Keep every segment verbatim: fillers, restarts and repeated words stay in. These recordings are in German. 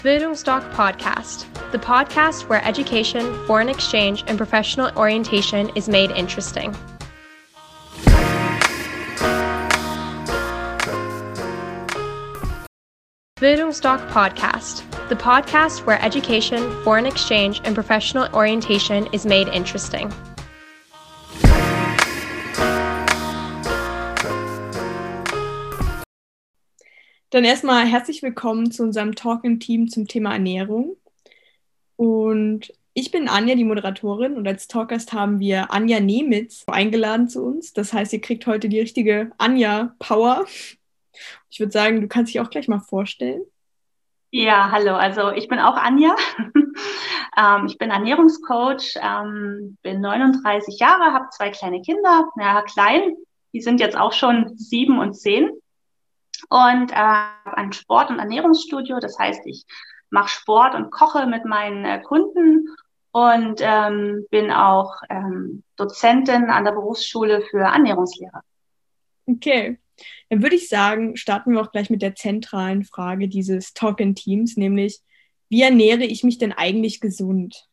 Bildungsdoc Podcast, the podcast where education, foreign exchange, and professional orientation is made interesting. Bildungsdoc Podcast, the podcast where education, foreign exchange, and professional orientation is made interesting. Dann erstmal herzlich willkommen zu unserem Talk-in-Team zum Thema Ernährung. Und ich bin Anja, die Moderatorin, und als Talkgast haben wir Anja Nemitz eingeladen zu uns. Das heißt, ihr kriegt heute die richtige Anja-Power. Ich würde sagen, du kannst dich auch gleich mal vorstellen. Ja, hallo, also ich bin auch Anja. ähm, ich bin Ernährungscoach, ähm, bin neununddreißig Jahre, habe zwei kleine Kinder, ja, klein, die sind jetzt auch schon sieben und zehn. Und äh, ein Sport- und Ernährungsstudio. Das heißt, ich mache Sport und koche mit meinen äh, Kunden und ähm, bin auch ähm, Dozentin an der Berufsschule für Ernährungslehre. Okay, dann würde ich sagen, starten wir auch gleich mit der zentralen Frage dieses Talk-in-Teams, nämlich, wie ernähre ich mich denn eigentlich gesund?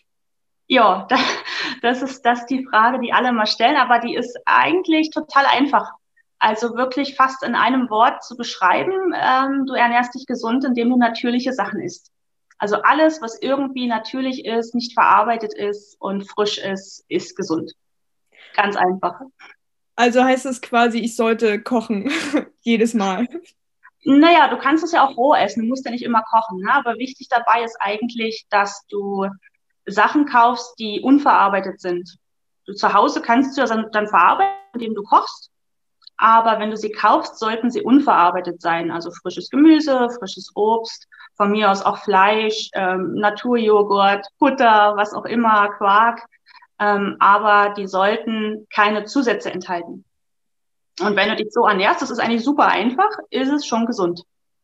Ja, das ist das die Frage, die alle mal stellen, aber die ist eigentlich total einfach. Also wirklich fast in einem Wort zu beschreiben, ähm, du ernährst dich gesund, indem du natürliche Sachen isst. Also alles, was irgendwie natürlich ist, nicht verarbeitet ist und frisch ist, ist gesund. Ganz einfach. Also heißt es quasi, ich sollte kochen, jedes Mal? Naja, du kannst es ja auch roh essen, du musst ja nicht immer kochen, ne? Aber wichtig dabei ist eigentlich, dass du Sachen kaufst, die unverarbeitet sind. Du zu Hause kannst du das dann verarbeiten, indem du kochst. Aber wenn du sie kaufst, sollten sie unverarbeitet sein. Also frisches Gemüse, frisches Obst, von mir aus auch Fleisch, ähm, Naturjoghurt, Butter, was auch immer, Quark. Ähm, aber die sollten keine Zusätze enthalten. Und wenn du dich so ernährst, das ist eigentlich super einfach, ist es schon gesund.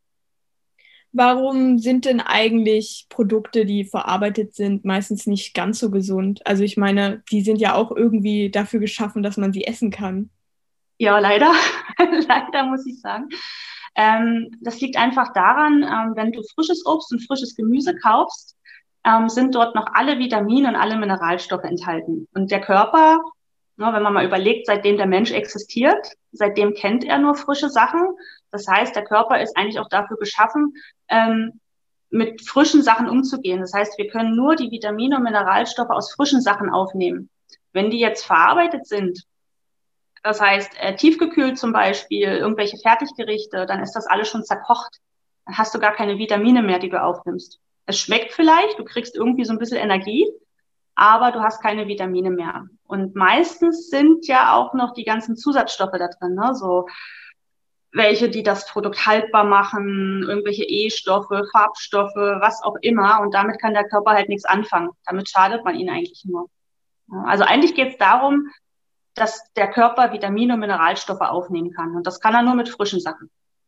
Warum sind denn eigentlich Produkte, die verarbeitet sind, meistens nicht ganz so gesund? Also ich meine, die sind ja auch irgendwie dafür geschaffen, dass man sie essen kann. Ja, leider. Leider muss ich sagen. Ähm, das liegt einfach daran, ähm, wenn du frisches Obst und frisches Gemüse kaufst, ähm, sind dort noch alle Vitamine und alle Mineralstoffe enthalten. Und der Körper, ne, wenn man mal überlegt, seitdem der Mensch existiert, seitdem kennt er nur frische Sachen. Das heißt, der Körper ist eigentlich auch dafür geschaffen, ähm, mit frischen Sachen umzugehen. Das heißt, wir können nur die Vitamine und Mineralstoffe aus frischen Sachen aufnehmen. Wenn die jetzt verarbeitet sind, das heißt, äh, tiefgekühlt zum Beispiel, irgendwelche Fertiggerichte, dann ist das alles schon zerkocht. Dann hast du gar keine Vitamine mehr, die du aufnimmst. Es schmeckt vielleicht, du kriegst irgendwie so ein bisschen Energie, aber du hast keine Vitamine mehr. Und meistens sind ja auch noch die ganzen Zusatzstoffe da drin, ne? So welche, die das Produkt haltbar machen, irgendwelche E-Stoffe, Farbstoffe, was auch immer. Und damit kann der Körper halt nichts anfangen. Damit schadet man ihn eigentlich nur. Also eigentlich geht es darum, dass der Körper Vitamine und Mineralstoffe aufnehmen kann. Und das kann er nur mit frischen Sachen.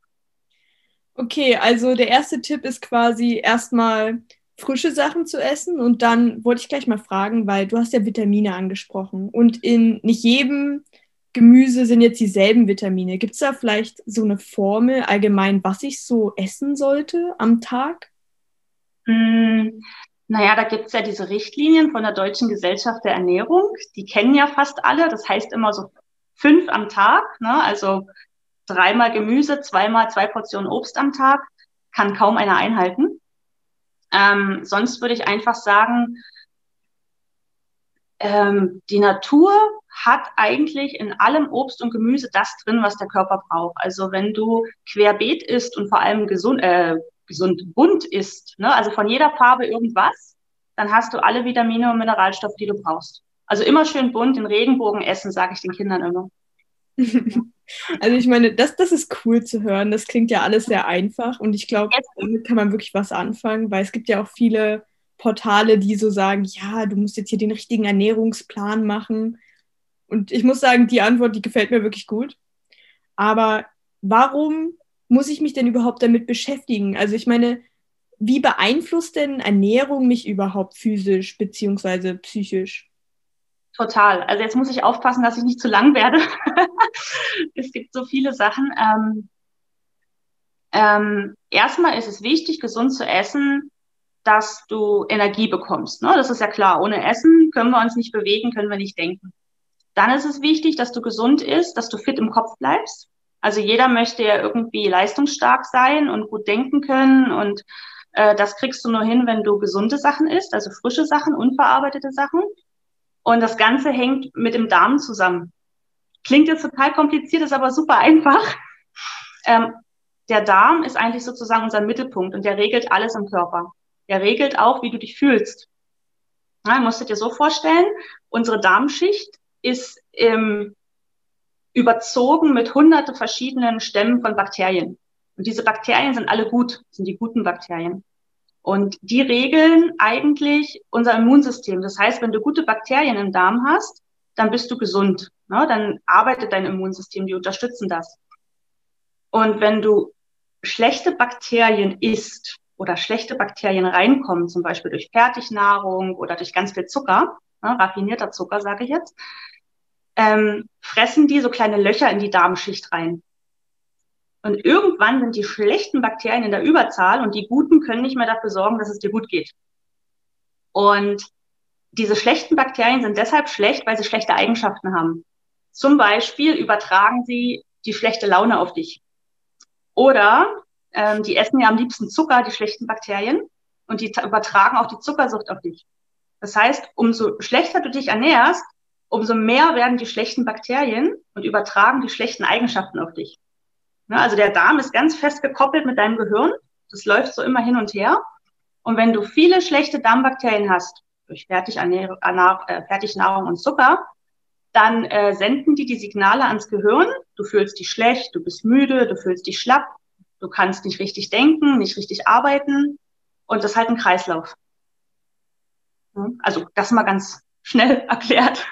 Okay, also der erste Tipp ist quasi erstmal frische Sachen zu essen. Und dann wollte ich gleich mal fragen, weil du hast ja Vitamine angesprochen. Und in nicht jedem Gemüse sind jetzt dieselben Vitamine. Gibt es da vielleicht so eine Formel allgemein, was ich so essen sollte am Tag? Hm. Naja, da gibt's ja diese Richtlinien von der Deutschen Gesellschaft der Ernährung. Die kennen ja fast alle. Das heißt immer so fünf am Tag, ne? Also dreimal Gemüse, zweimal zwei Portionen Obst am Tag. Kann kaum einer einhalten. Ähm, sonst würde ich einfach sagen, ähm, die Natur hat eigentlich in allem Obst und Gemüse das drin, was der Körper braucht. Also wenn du querbeet isst und vor allem gesund, äh, gesund bunt isst, ne, also von jeder Farbe irgendwas, dann hast du alle Vitamine und Mineralstoffe, die du brauchst. Also immer schön bunt, den Regenbogen essen, sage ich den Kindern immer. Also ich meine, das, das ist cool zu hören. Das klingt ja alles sehr einfach und ich glaube, damit kann man wirklich was anfangen, weil es gibt ja auch viele Portale, die so sagen, ja, du musst jetzt hier den richtigen Ernährungsplan machen. Und ich muss sagen, die Antwort, die gefällt mir wirklich gut. Aber warum muss ich mich denn überhaupt damit beschäftigen? Also ich meine, wie beeinflusst denn Ernährung mich überhaupt physisch beziehungsweise psychisch? Total. Also jetzt muss ich aufpassen, dass ich nicht zu lang werde. Es gibt so viele Sachen. Ähm, ähm, erstmal ist es wichtig, gesund zu essen, dass du Energie bekommst. Ne? Das ist ja klar. Ohne Essen können wir uns nicht bewegen, können wir nicht denken. Dann ist es wichtig, dass du gesund isst, dass du fit im Kopf bleibst. Also jeder möchte ja irgendwie leistungsstark sein und gut denken können. Und äh, das kriegst du nur hin, wenn du gesunde Sachen isst, also frische Sachen, unverarbeitete Sachen. Und das Ganze hängt mit dem Darm zusammen. Klingt jetzt total kompliziert, ist aber super einfach. Ähm, der Darm ist eigentlich sozusagen unser Mittelpunkt und der regelt alles im Körper. Der regelt auch, wie du dich fühlst. Ja, musst du dir so vorstellen, unsere Darmschicht ist ähm, überzogen mit hunderte verschiedenen Stämmen von Bakterien. Und diese Bakterien sind alle gut, sind die guten Bakterien. Und die regeln eigentlich unser Immunsystem. Das heißt, wenn du gute Bakterien im Darm hast, dann bist du gesund. Ne? Dann arbeitet dein Immunsystem, die unterstützen das. Und wenn du schlechte Bakterien isst oder schlechte Bakterien reinkommen, zum Beispiel durch Fertignahrung oder durch ganz viel Zucker, ne, raffinierter Zucker, sage ich jetzt, ähm, fressen die so kleine Löcher in die Darmschicht rein. Und irgendwann sind die schlechten Bakterien in der Überzahl und die guten können nicht mehr dafür sorgen, dass es dir gut geht. Und diese schlechten Bakterien sind deshalb schlecht, weil sie schlechte Eigenschaften haben. Zum Beispiel übertragen sie die schlechte Laune auf dich. Oder ähm, die essen ja am liebsten Zucker, die schlechten Bakterien, und die übertragen auch die Zuckersucht auf dich. Das heißt, umso schlechter du dich ernährst, umso mehr werden die schlechten Bakterien und übertragen die schlechten Eigenschaften auf dich. Ne, also der Darm ist ganz fest gekoppelt mit deinem Gehirn. Das läuft so immer hin und her. Und wenn du viele schlechte Darmbakterien hast, durch Fertigernähr- äh, Fertignahrung und Zucker, dann äh, senden die die Signale ans Gehirn. Du fühlst dich schlecht, du bist müde, du fühlst dich schlapp, du kannst nicht richtig denken, nicht richtig arbeiten. Und das ist halt ein Kreislauf. Also das mal ganz schnell erklärt.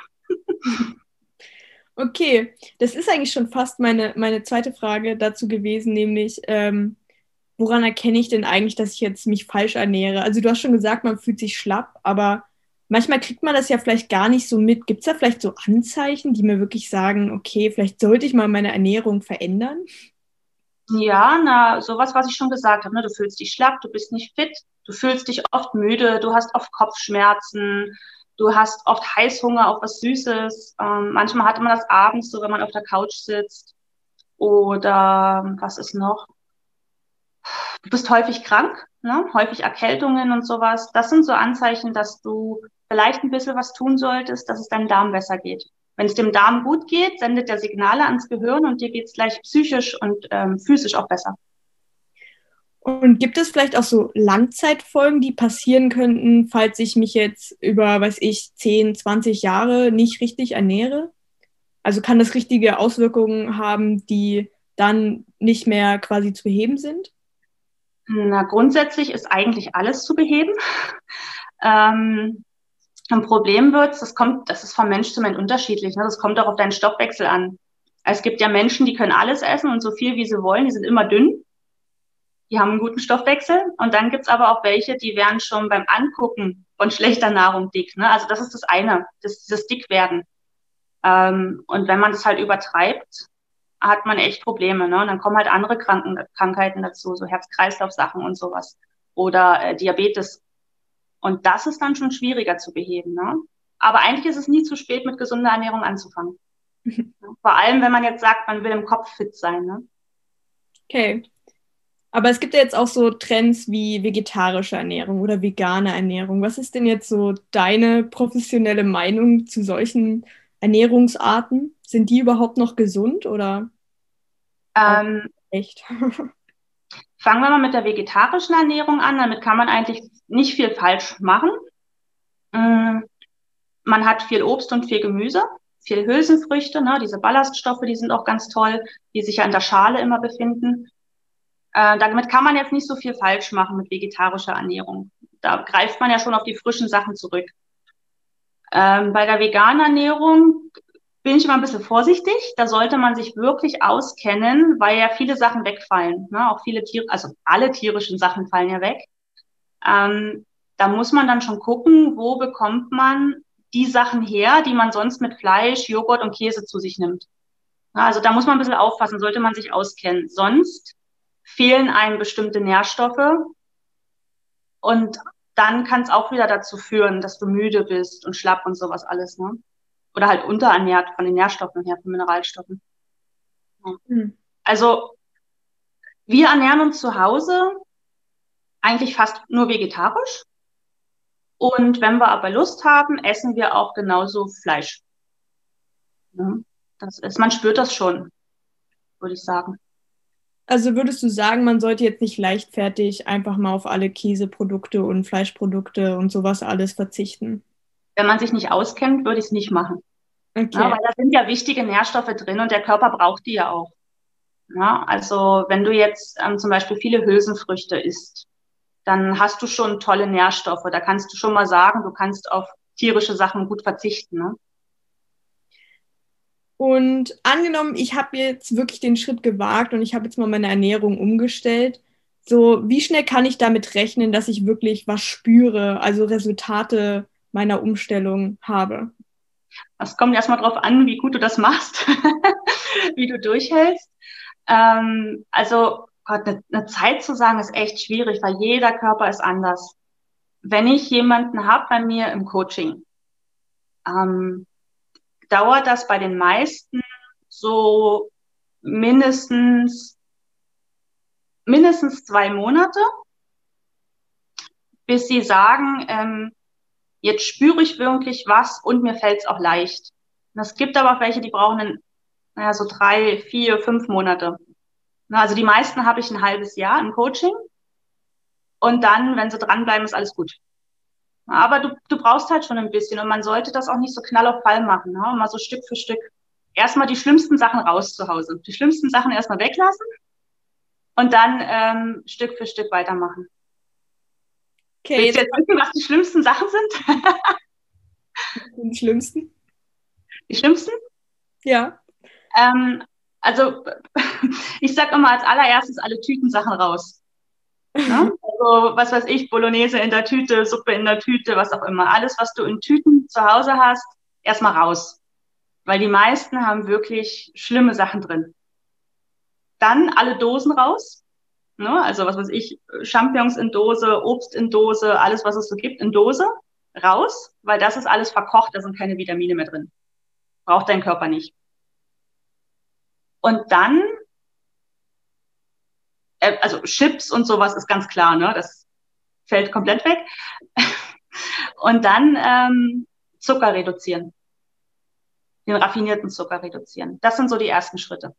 Okay, das ist eigentlich schon fast meine, meine zweite Frage dazu gewesen, nämlich, ähm, woran erkenne ich denn eigentlich, dass ich jetzt mich falsch ernähre? Also du hast schon gesagt, man fühlt sich schlapp, aber manchmal kriegt man das ja vielleicht gar nicht so mit. Gibt es da vielleicht so Anzeichen, die mir wirklich sagen, okay, vielleicht sollte ich mal meine Ernährung verändern? Ja, na, sowas, was ich schon gesagt habe, ne? Du fühlst dich schlapp, du bist nicht fit, du fühlst dich oft müde, du hast oft Kopfschmerzen, du hast oft Heißhunger auf was Süßes. Ähm, manchmal hat man das abends so, wenn man auf der Couch sitzt. Oder was ist noch? Du bist häufig krank, ne? Häufig Erkältungen und sowas. Das sind so Anzeichen, dass du vielleicht ein bisschen was tun solltest, dass es deinem Darm besser geht. Wenn es dem Darm gut geht, sendet er Signale ans Gehirn und dir geht es gleich psychisch und ähm, physisch auch besser. Und gibt es vielleicht auch so Langzeitfolgen, die passieren könnten, falls ich mich jetzt über, weiß ich, zehn, zwanzig Jahre nicht richtig ernähre? Also kann das richtige Auswirkungen haben, die dann nicht mehr quasi zu beheben sind? Na, grundsätzlich ist eigentlich alles zu beheben. Ähm, ein Problem wird, das kommt, das ist von Mensch zu Mensch unterschiedlich. Ne? Das kommt auch auf deinen Stoffwechsel an. Es gibt ja Menschen, die können alles essen und so viel, wie sie wollen. Die sind immer dünn. Die haben einen guten Stoffwechsel. Und dann gibt's aber auch welche, die werden schon beim Angucken von schlechter Nahrung dick. Ne? Also das ist das eine, das, dieses Dickwerden. Ähm, und wenn man das halt übertreibt, hat man echt Probleme. Ne? Und dann kommen halt andere Kranken, Krankheiten dazu, so Herz-Kreislauf-Sachen und sowas. Oder äh, Diabetes. Und das ist dann schon schwieriger zu beheben. Ne? Aber eigentlich ist es nie zu spät, mit gesunder Ernährung anzufangen. Vor allem, wenn man jetzt sagt, man will im Kopf fit sein. Ne? Okay. Aber es gibt ja jetzt auch so Trends wie vegetarische Ernährung oder vegane Ernährung. Was ist denn jetzt so deine professionelle Meinung zu solchen Ernährungsarten? Sind die überhaupt noch gesund oder Ähm, echt? Fangen wir mal mit der vegetarischen Ernährung an. Damit kann man eigentlich nicht viel falsch machen. Man hat viel Obst und viel Gemüse, viel Hülsenfrüchte, ne? Diese Ballaststoffe, die sind auch ganz toll, die sich ja in der Schale immer befinden. Äh, damit kann man jetzt nicht so viel falsch machen mit vegetarischer Ernährung. Da greift man ja schon auf die frischen Sachen zurück. Ähm, bei der veganen Ernährung bin ich immer ein bisschen vorsichtig. Da sollte man sich wirklich auskennen, weil ja viele Sachen wegfallen. Ne? Auch viele Tiere, also alle tierischen Sachen fallen ja weg. Ähm, da muss man dann schon gucken, wo bekommt man die Sachen her, die man sonst mit Fleisch, Joghurt und Käse zu sich nimmt. Ja, also da muss man ein bisschen aufpassen, sollte man sich auskennen. Sonst fehlen einem bestimmte Nährstoffe und dann kann es auch wieder dazu führen, dass du müde bist und schlapp und sowas alles, ne? Oder halt unterernährt von den Nährstoffen her, von Mineralstoffen. Ja. Mhm. Also wir ernähren uns zu Hause eigentlich fast nur vegetarisch. Und wenn wir aber Lust haben, essen wir auch genauso Fleisch. Ja, das ist, man spürt das schon, würde ich sagen. Also würdest du sagen, man sollte jetzt nicht leichtfertig einfach mal auf alle Käseprodukte und Fleischprodukte und sowas alles verzichten? Wenn man sich nicht auskennt, würde ich es nicht machen. Okay. Ja, weil da sind ja wichtige Nährstoffe drin und der Körper braucht die ja auch. Ja, also wenn du jetzt ähm, zum Beispiel viele Hülsenfrüchte isst, dann hast du schon tolle Nährstoffe. Da kannst du schon mal sagen, du kannst auf tierische Sachen gut verzichten. Ne? Und angenommen, ich habe jetzt wirklich den Schritt gewagt und ich habe jetzt mal meine Ernährung umgestellt. So, wie schnell kann ich damit rechnen, dass ich wirklich was spüre, also Resultate meiner Umstellung habe? Es kommt erstmal drauf an, wie gut du das machst, wie du durchhältst. Ähm, also Gott, eine, eine Zeit zu sagen, ist echt schwierig, weil jeder Körper ist anders. Wenn ich jemanden habe bei mir im Coaching, ähm, dauert das bei den meisten so mindestens, mindestens zwei Monate, bis sie sagen, ähm, jetzt spüre ich wirklich was und mir fällt es auch leicht. Und es gibt aber auch welche, die brauchen einen, naja, so drei, vier, fünf Monate. Also die meisten habe ich ein halbes Jahr im Coaching und dann, wenn sie dranbleiben, ist alles gut. Aber du, du brauchst halt schon ein bisschen und man sollte das auch nicht so knall auf Fall machen, ne? Mal so Stück für Stück. Erstmal die schlimmsten Sachen raus zu Hause. Die schlimmsten Sachen erstmal weglassen und dann ähm, Stück für Stück weitermachen. Okay, willst du jetzt wissen, was die schlimmsten Sachen sind? Die schlimmsten? Die schlimmsten? Ja. Ähm, also ich sag immer als allererstes alle Tütensachen raus. Ne? Also was weiß ich, Bolognese in der Tüte, Suppe in der Tüte, was auch immer. Alles, was du in Tüten zu Hause hast, erstmal raus. Weil die meisten haben wirklich schlimme Sachen drin. Dann alle Dosen raus. Ne? Also was weiß ich, Champignons in Dose, Obst in Dose, alles, was es so gibt in Dose, raus. Weil das ist alles verkocht, da sind keine Vitamine mehr drin. Braucht dein Körper nicht. Und dann, äh, also Chips und sowas ist ganz klar, ne? Das fällt komplett weg. Und dann ähm, Zucker reduzieren. Den raffinierten Zucker reduzieren. Das sind so die ersten Schritte.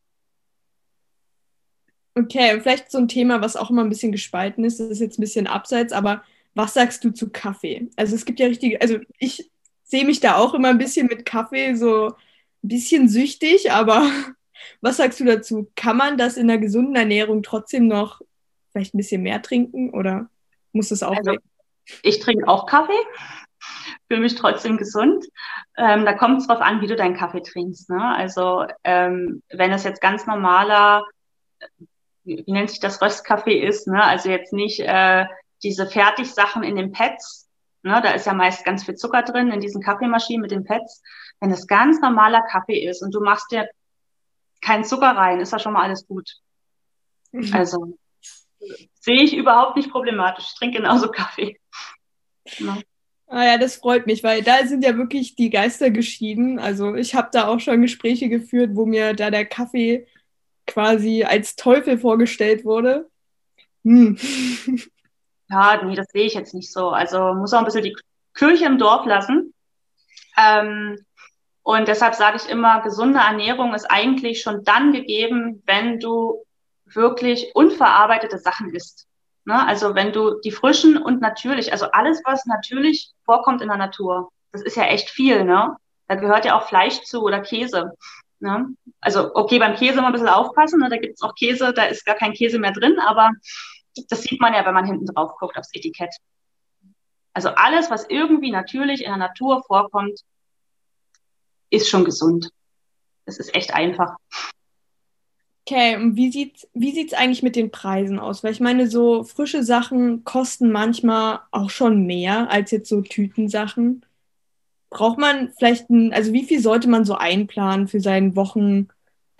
Okay, und vielleicht so ein Thema, was auch immer ein bisschen gespalten ist, das ist jetzt ein bisschen abseits, aber was sagst du zu Kaffee? Also es gibt ja richtige, also ich sehe mich da auch immer ein bisschen mit Kaffee so ein bisschen süchtig, aber was sagst du dazu? Kann man das in einer gesunden Ernährung trotzdem noch vielleicht ein bisschen mehr trinken oder muss das auch also, weg? Ich trinke auch Kaffee, fühle mich trotzdem gesund. Ähm, da kommt es drauf an, wie du deinen Kaffee trinkst. Ne? Also ähm, wenn es jetzt ganz normaler, wie, wie nennt sich das, Röstkaffee ist, ne? Also jetzt nicht äh, diese Fertigsachen in den Pads, ne? Da ist ja meist ganz viel Zucker drin in diesen Kaffeemaschinen mit den Pads. Wenn es ganz normaler Kaffee ist und du machst dir keinen Zucker rein, ist da schon mal alles gut. Mhm. Also sehe ich überhaupt nicht problematisch. Ich trinke genauso Kaffee. Ja. Ah ja, das freut mich, weil da sind ja wirklich die Geister geschieden. Also ich habe da auch schon Gespräche geführt, wo mir da der Kaffee quasi als Teufel vorgestellt wurde. Hm. Ja, nee, das sehe ich jetzt nicht so. Also muss auch ein bisschen die Kirche im Dorf lassen. Ähm, und deshalb sage ich immer, gesunde Ernährung ist eigentlich schon dann gegeben, wenn du wirklich unverarbeitete Sachen isst. Ne? Also wenn du die frischen und natürlich, also alles, was natürlich vorkommt in der Natur, das ist ja echt viel, ne? Da gehört ja auch Fleisch zu oder Käse. Ne? Also okay, beim Käse mal ein bisschen aufpassen, ne? Da gibt es auch Käse, da ist gar kein Käse mehr drin, aber das sieht man ja, wenn man hinten drauf guckt aufs Etikett. Also alles, was irgendwie natürlich in der Natur vorkommt, ist schon gesund. Das ist echt einfach. Okay, und wie sieht wie sieht's eigentlich mit den Preisen aus? Weil ich meine, so frische Sachen kosten manchmal auch schon mehr als jetzt so Tütensachen. Braucht man vielleicht ein, also wie viel sollte man so einplanen für seinen Wochenkauf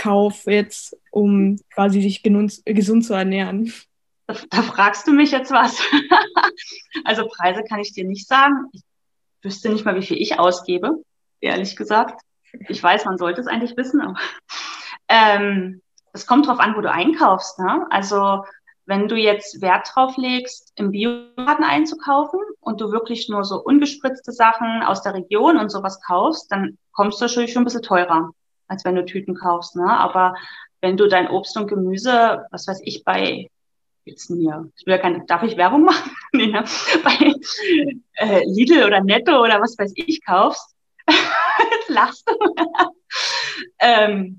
kaufe jetzt, um quasi sich genun- gesund zu ernähren? Da, da fragst du mich jetzt was. Also Preise kann ich dir nicht sagen. Ich wüsste nicht mal, wie viel ich ausgebe, ehrlich gesagt. Ich weiß, man sollte es eigentlich wissen, aber ähm, es kommt drauf an, wo du einkaufst, ne? Also wenn du jetzt Wert drauf legst, im Bioladen einzukaufen und du wirklich nur so ungespritzte Sachen aus der Region und sowas kaufst, dann kommst du natürlich schon ein bisschen teurer, als wenn du Tüten kaufst, ne? Aber wenn du dein Obst und Gemüse, was weiß ich, bei jetzt mir, ich will ja keine, darf ich Werbung machen? Nee, ne? Bei äh, Lidl oder Netto oder was weiß ich kaufst, jetzt lachst du, ähm,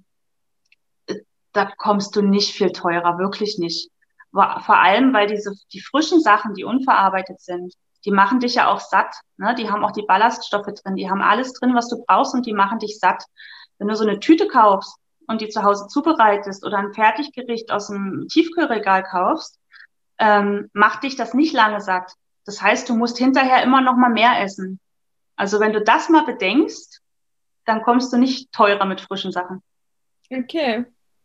da kommst du nicht viel teurer, wirklich nicht. Vor allem, weil diese, die frischen Sachen, die unverarbeitet sind, die machen dich ja auch satt, ne? Die haben auch die Ballaststoffe drin, die haben alles drin, was du brauchst und die machen dich satt. Wenn du so eine Tüte kaufst und die zu Hause zubereitest oder ein Fertiggericht aus dem Tiefkühlregal kaufst, ähm, macht dich das nicht lange satt. Das heißt, du musst hinterher immer noch mal mehr essen. Also wenn du das mal bedenkst, dann kommst du nicht teurer mit frischen Sachen. Okay.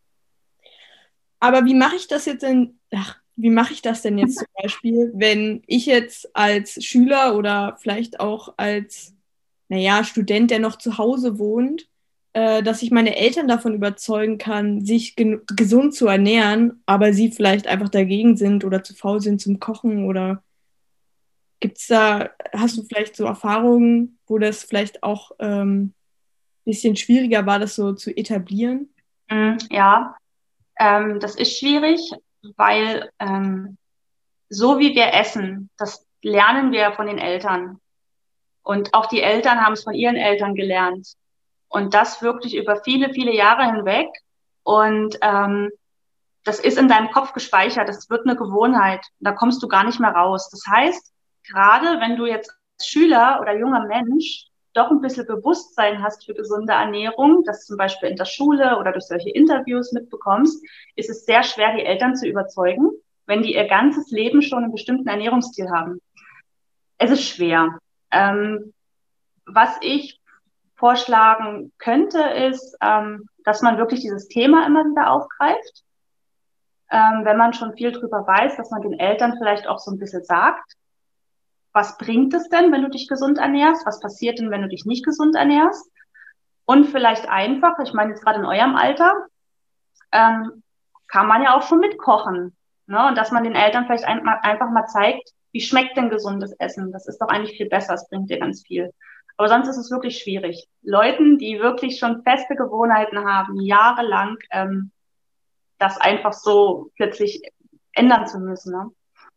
Aber wie mache ich das jetzt denn, ach, wie mache ich das denn jetzt zum Beispiel, wenn ich jetzt als Schüler oder vielleicht auch als, naja, Student, der noch zu Hause wohnt, äh, dass ich meine Eltern davon überzeugen kann, sich gen- gesund zu ernähren, aber sie vielleicht einfach dagegen sind oder zu faul sind zum Kochen oder gibt's da, hast du vielleicht so Erfahrungen, wo das vielleicht auch ähm, bisschen schwieriger war, das so zu etablieren? Mm, ja, ähm, das ist schwierig, weil ähm, so wie wir essen, das lernen wir von den Eltern. Und auch die Eltern haben es von ihren Eltern gelernt. Und das wirklich über viele, viele Jahre hinweg. Und ähm, das ist in deinem Kopf gespeichert. Das wird eine Gewohnheit. Da kommst du gar nicht mehr raus. Das heißt, gerade wenn du jetzt als Schüler oder junger Mensch doch ein bisschen Bewusstsein hast für gesunde Ernährung, das zum Beispiel in der Schule oder durch solche Interviews mitbekommst, ist es sehr schwer, die Eltern zu überzeugen, wenn die ihr ganzes Leben schon einen bestimmten Ernährungsstil haben. Es ist schwer. Ähm, was ich vorschlagen könnte, ist, ähm, dass man wirklich dieses Thema immer wieder aufgreift. Ähm, wenn man schon viel drüber weiß, dass man den Eltern vielleicht auch so ein bisschen sagt, was bringt es denn, wenn du dich gesund ernährst? Was passiert denn, wenn du dich nicht gesund ernährst? Und vielleicht einfach, ich meine jetzt gerade in eurem Alter, ähm, kann man ja auch schon mitkochen. Ne? Und dass man den Eltern vielleicht ein, einfach mal zeigt, wie schmeckt denn gesundes Essen? Das ist doch eigentlich viel besser, es bringt dir ganz viel. Aber sonst ist es wirklich schwierig. Leuten, die wirklich schon feste Gewohnheiten haben, jahrelang, ähm, das einfach so plötzlich ändern zu müssen. Ne?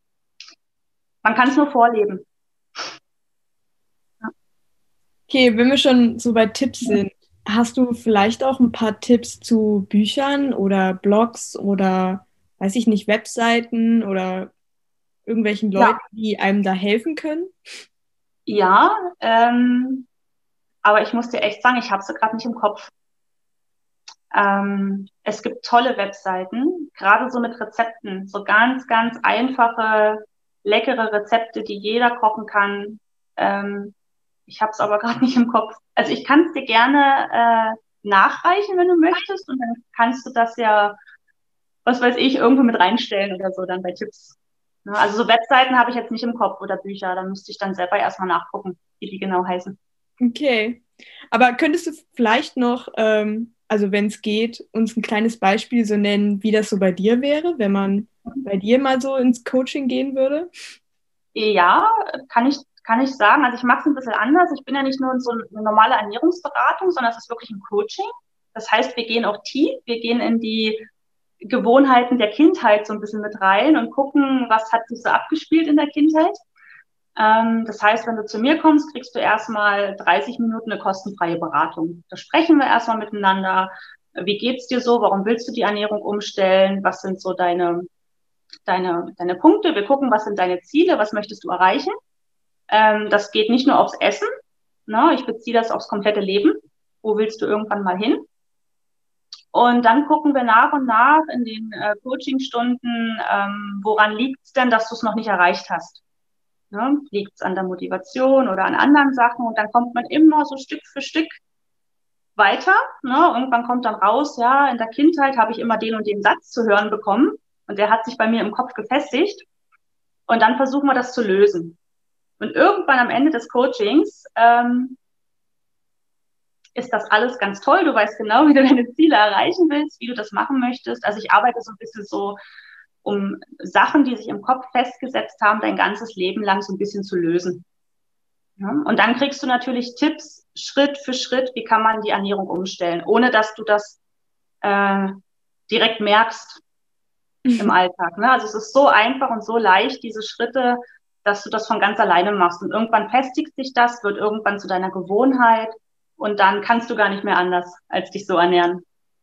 Man kann es nur vorleben. Okay, wenn wir schon so bei Tipps sind, hast du vielleicht auch ein paar Tipps zu Büchern oder Blogs oder, weiß ich nicht, Webseiten oder irgendwelchen Leuten, Ja, die einem da helfen können? ja ähm, aber ich muss dir echt sagen, ich habe sie gerade nicht im Kopf. Ähm, es gibt tolle Webseiten, gerade so mit Rezepten, so ganz, ganz einfache, leckere Rezepte, die jeder kochen kann. Ähm, ich habe es aber gerade nicht im Kopf. Also ich kann es dir gerne äh, nachreichen, wenn du möchtest, und dann kannst du das ja, was weiß ich, irgendwo mit reinstellen oder so dann bei Tipps. Ne? Also so Webseiten habe ich jetzt nicht im Kopf oder Bücher, da müsste ich dann selber erstmal nachgucken, wie die genau heißen. Okay. Aber könntest du vielleicht noch, ähm, also wenn es geht, uns ein kleines Beispiel so nennen, wie das so bei dir wäre, wenn man bei dir mal so ins Coaching gehen würde? Ja, kann ich, kann ich sagen. Also ich mache es ein bisschen anders. Ich bin ja nicht nur so eine normale Ernährungsberatung, sondern es ist wirklich ein Coaching. Das heißt, wir gehen auch tief, wir gehen in die Gewohnheiten der Kindheit so ein bisschen mit rein und gucken, was hat sich so abgespielt in der Kindheit. Ähm, das heißt, wenn du zu mir kommst, kriegst du erstmal dreißig Minuten eine kostenfreie Beratung. Da sprechen wir erstmal miteinander. Wie geht's dir so? Warum willst du die Ernährung umstellen? Was sind so deine deine, deine Punkte, wir gucken, was sind deine Ziele, was möchtest du erreichen. Ähm, das geht nicht nur aufs Essen, ne? Ich beziehe das aufs komplette Leben. Wo willst du irgendwann mal hin? Und dann gucken wir nach und nach in den äh, Coachingstunden, ähm, woran liegt es denn, dass du es noch nicht erreicht hast? Ne? Liegt es an der Motivation oder an anderen Sachen? Und dann kommt man immer so Stück für Stück weiter. Ne? Irgendwann kommt dann raus, ja, in der Kindheit habe ich immer den und den Satz zu hören bekommen und der hat sich bei mir im Kopf gefestigt. Und dann versuchen wir das zu lösen. Und irgendwann am Ende des Coachings ähm, ist das alles ganz toll. Du weißt genau, wie du deine Ziele erreichen willst, wie du das machen möchtest. Also ich arbeite so ein bisschen so, um Sachen, die sich im Kopf festgesetzt haben, dein ganzes Leben lang so ein bisschen zu lösen. Ja? Und dann kriegst du natürlich Tipps, Schritt für Schritt, wie kann man die Ernährung umstellen, ohne dass du das äh, direkt merkst im Alltag. Ne? Also es ist so einfach und so leicht, diese Schritte, dass du das von ganz alleine machst. Und irgendwann festigt sich das, wird irgendwann zu deiner Gewohnheit und dann kannst du gar nicht mehr anders, als dich so ernähren.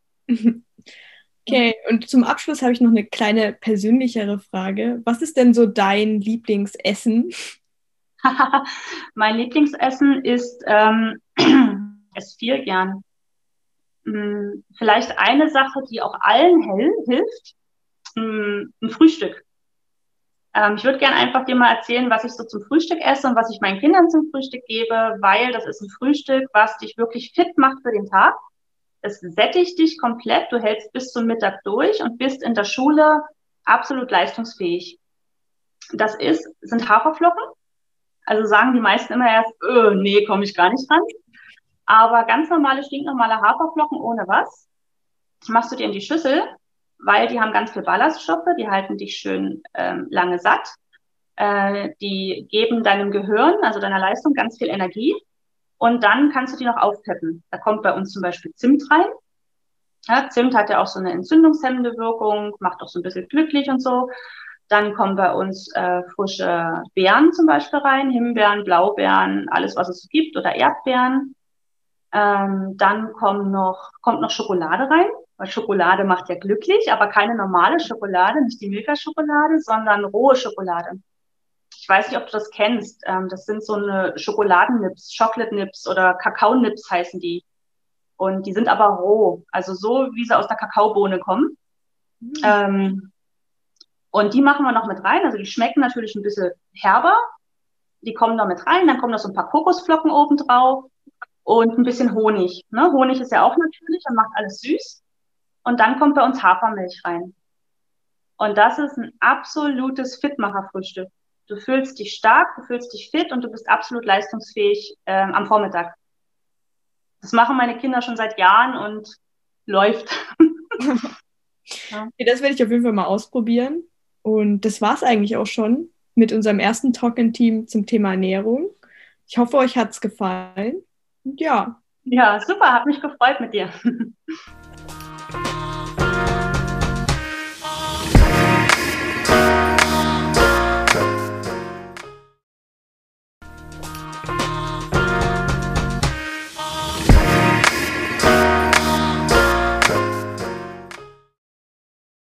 Okay, und zum Abschluss habe ich noch eine kleine persönlichere Frage. Was ist denn so dein Lieblingsessen? Mein Lieblingsessen ist, ähm, esse viel gern. Hm, vielleicht eine Sache, die auch allen hel- hilft, hm, ein Frühstück. Ähm, ich würde gerne einfach dir mal erzählen, was ich so zum Frühstück esse und was ich meinen Kindern zum Frühstück gebe, weil das ist ein Frühstück, was dich wirklich fit macht für den Tag. Es sättigt dich komplett, du hältst bis zum Mittag durch und bist in der Schule absolut leistungsfähig. Das ist, sind Haferflocken. Also sagen die meisten immer erst, öh, nee, komme ich gar nicht ran. Aber ganz normale, stinknormale Haferflocken ohne was. Das machst du dir in die Schüssel, weil die haben ganz viel Ballaststoffe, die halten dich schön ähm, lange satt. Äh, die geben deinem Gehirn, also deiner Leistung, ganz viel Energie. Und dann kannst du die noch aufpeppen. Da kommt bei uns zum Beispiel Zimt rein. Ja, Zimt hat ja auch so eine entzündungshemmende Wirkung, macht auch so ein bisschen glücklich und so. Dann kommen bei uns äh, frische Beeren zum Beispiel rein, Himbeeren, Blaubeeren, alles, was es so gibt, oder Erdbeeren. Ähm, dann kommen noch, kommt noch Schokolade rein, weil Schokolade macht ja glücklich, aber keine normale Schokolade, nicht die Milka-Schokolade, sondern rohe Schokolade. Ich weiß nicht, ob du das kennst. Ähm, das sind so eine Schokoladennips, Chocolate Nips oder Kakaonips heißen die. Und die sind aber roh, also so, wie sie aus der Kakaobohne kommen. Mhm. Ähm, und die machen wir noch mit rein. Also die schmecken natürlich ein bisschen herber. Die kommen noch mit rein. Dann kommen noch so ein paar Kokosflocken oben drauf und ein bisschen Honig. Ne? Honig ist ja auch natürlich und macht alles süß. Und dann kommt bei uns Hafermilch rein. Und das ist ein absolutes Fitmacherfrühstück. Du fühlst dich stark, du fühlst dich fit und du bist absolut leistungsfähig ähm, am Vormittag. Das machen meine Kinder schon seit Jahren und läuft. Ja. Okay, das werde ich auf jeden Fall mal ausprobieren. Und das war es eigentlich auch schon mit unserem ersten Talk-in-Team zum Thema Ernährung. Ich hoffe, euch hat es gefallen. Und ja. Ja, super, hat mich gefreut mit dir.